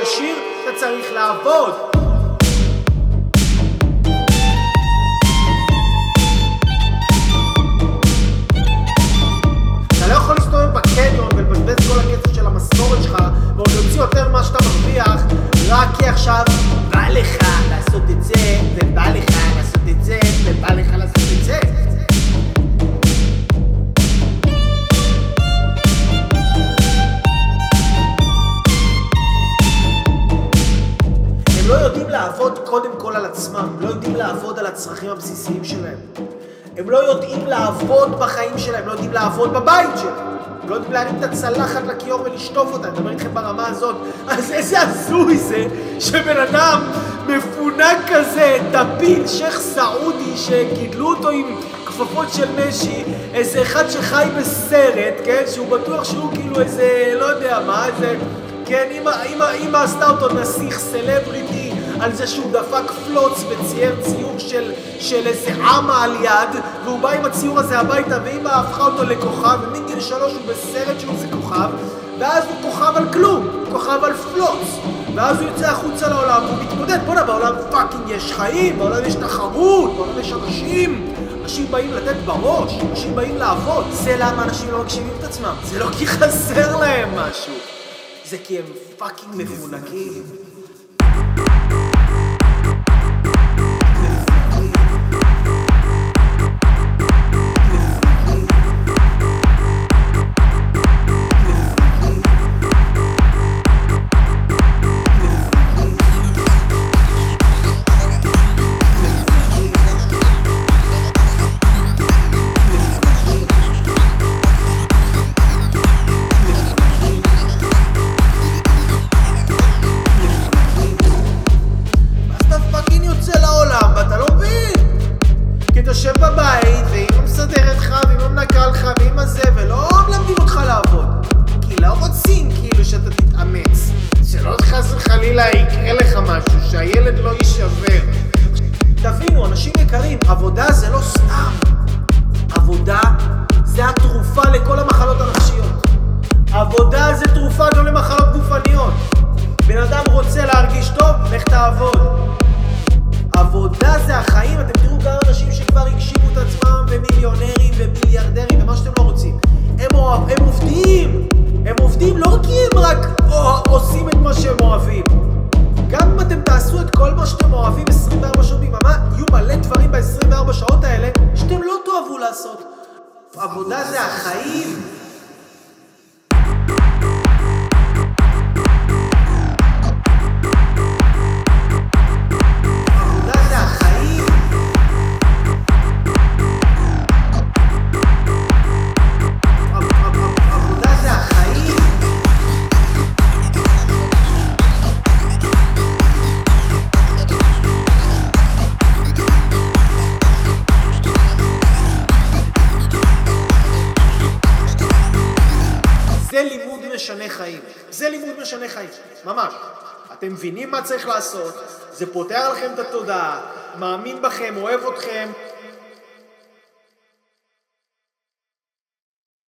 עשיר, אתה צריך לעבוד. אתה לא יכול להסתובב בקניון ולבזבז כל הכסף של המשכורת שלך ועוד להוציא יותר ממה שאתה מרוויח רק כי עכשיו בא לך לעשות את זה ובא לך לעשות את זה ובא לך לעשות את זה. הם לא יודעים לעבוד קודם כל על עצמם, הם לא יודעים לעבוד על הצרכים הבסיסיים שלהם. הם לא יודעים לעבוד בחיים שלהם, לא יודעים לעבוד בבית שלהם. הם לא יודעים להרים את הצלחת לכיור ולשטוף אותה. אני מדבר איתכם ברמה הזאת. אז איזה הזוי זה שבן אדם מפונק כזה, טפיל, שייך סעודי שגידלו אותו עם כפפות של משי, איזה אחד שחי בסרט, כן? שהוא בטוח שהוא כאילו איזה, לא יודע מה, איזה... כן, אמא עשתה אותו נסיך סלבריטי על זה שהוא דפק פלוץ וצייר ציור של איזה עמה על יד, והוא בא עם הציור הזה הביתה ואמא הפכה אותו לכוכב, ומגיל 3 הוא בסרט שהוא זה כוכב, ואז הוא כוכב על כלום, הוא כוכב על פלוץ, ואז הוא יוצא החוצה לעולם והוא מתמודד. בוא'נה, בעולם פאקינג יש חיים, בעולם יש תחרות, בעולם יש אנשים באים לתת בראש, אנשים באים לעבוד. זה למה אנשים לא מגשימים את עצמם, זה לא כי חסר להם משהו, זה כי הם פאקינג מפונקים. יושב בבית, ואמא מסדרת לך, ואמא מנקה לך, ואמא זה, ולא מלמדים אותך לעבוד. כי לא רוצים כאילו שאתה תתאמץ. שלא חס וחלילה יקרה לך משהו, שהילד לא יישבר. תבינו, אנשים יקרים, עבודה זה לא סתם. עבודה זה התרופה לכל המחלות הנפשיות. עבודה זה תרופה גם למחלות גופניות. בן אדם רוצה להרגיש טוב, לך תעבוד. עבודה זה החיים. אתם תראו גם אנשים שכבר הגשימו את עצמם ומיליונרים ומיליארדרים ומה שאתם לא רוצים. הם עובדים. הם עובדים לא כי הם רק עושים את מה שהם אוהבים. גם אם אתם תעשו את כל מה שאתם אוהבים 24 שעות ביממה, יהיו מלא דברים ב-24 שעות האלה שאתם לא תאהבו לעשות. עבודה זה החיים. זה לימוד משנה חיים. זה לימוד משנה חיים. ממש. אתם מבינים מה צריך לעשות, זה פותח לכם את התודעה, מאמין בכם, אוהב אתכם,